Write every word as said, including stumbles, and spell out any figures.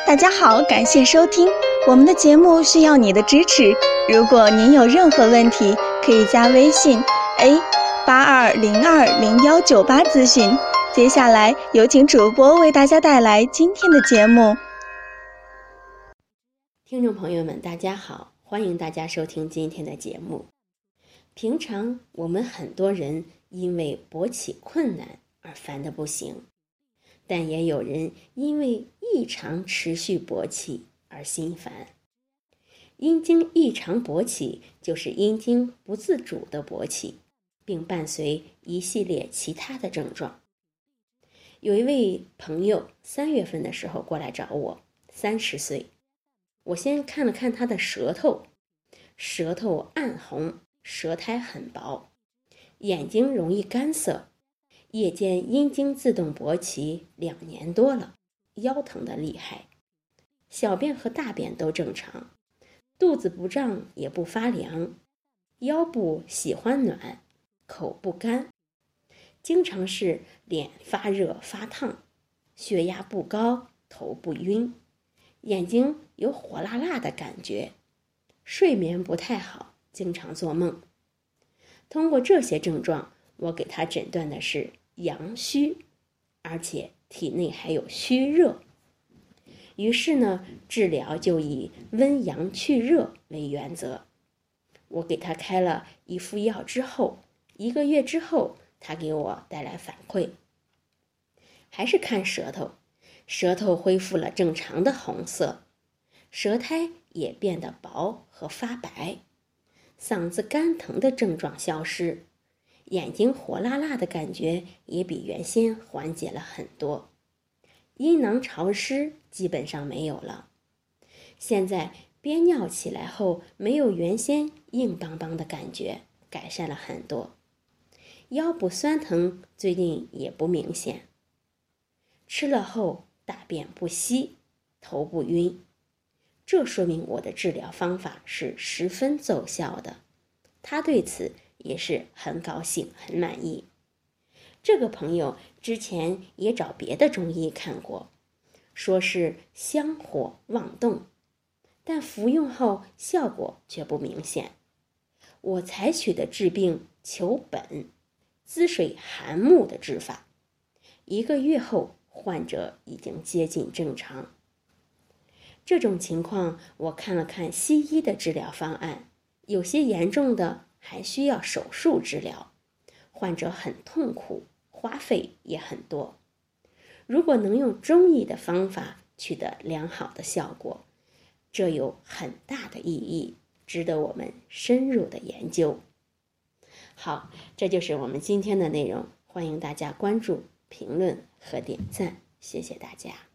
大家好，感谢收听我们的节目，需要你的支持。如果您有任何问题，可以加微信 A 八二零二零幺九八咨询。接下来有请主播为大家带来今天的节目。 听众朋友们，大家好，欢迎大家收听今天的节目。平常我们很多人因为勃起困难而烦得不行，但也有人因为异常持续勃起而心烦。阴茎异常勃起就是阴茎不自主的勃起，并伴随一系列其他的症状。有一位朋友三月份的时候过来找我，三十岁。我先看了看他的舌头，舌头暗红，舌苔很薄，眼睛容易干涩，夜间阴茎自动勃起两年多了，腰疼得厉害，小便和大便都正常，肚子不胀也不发凉，腰部喜欢暖，口不干，经常是脸发热发烫，血压不高，头不晕，眼睛有火辣辣的感觉，睡眠不太好，经常做梦。通过这些症状，我给他诊断的是阳虚，而且体内还有虚热。于是呢，治疗就以温阳去热为原则。我给他开了一副药之后，一个月之后，他给我带来反馈，还是看舌头，舌头恢复了正常的红色，舌苔也变得薄和发白，嗓子干疼的症状消失，眼睛火辣辣的感觉也比原先缓解了很多，阴囊潮湿基本上没有了，现在憋尿起来后没有原先硬邦邦的感觉，改善了很多，腰部酸疼最近也不明显，吃了后大便不稀，头不晕，这说明我的治疗方法是十分奏效的，他对此也是很高兴很满意。这个朋友之前也找别的中医看过，说是香火妄动，但服用后效果却不明显。我采取的治病求本滋水涵木的治法，一个月后患者已经接近正常。这种情况我看了看西医的治疗方案，有些严重的还需要手术治疗，患者很痛苦，花费也很多。如果能用中医的方法取得良好的效果，这有很大的意义，值得我们深入的研究。好，这就是我们今天的内容，欢迎大家关注、评论和点赞，谢谢大家。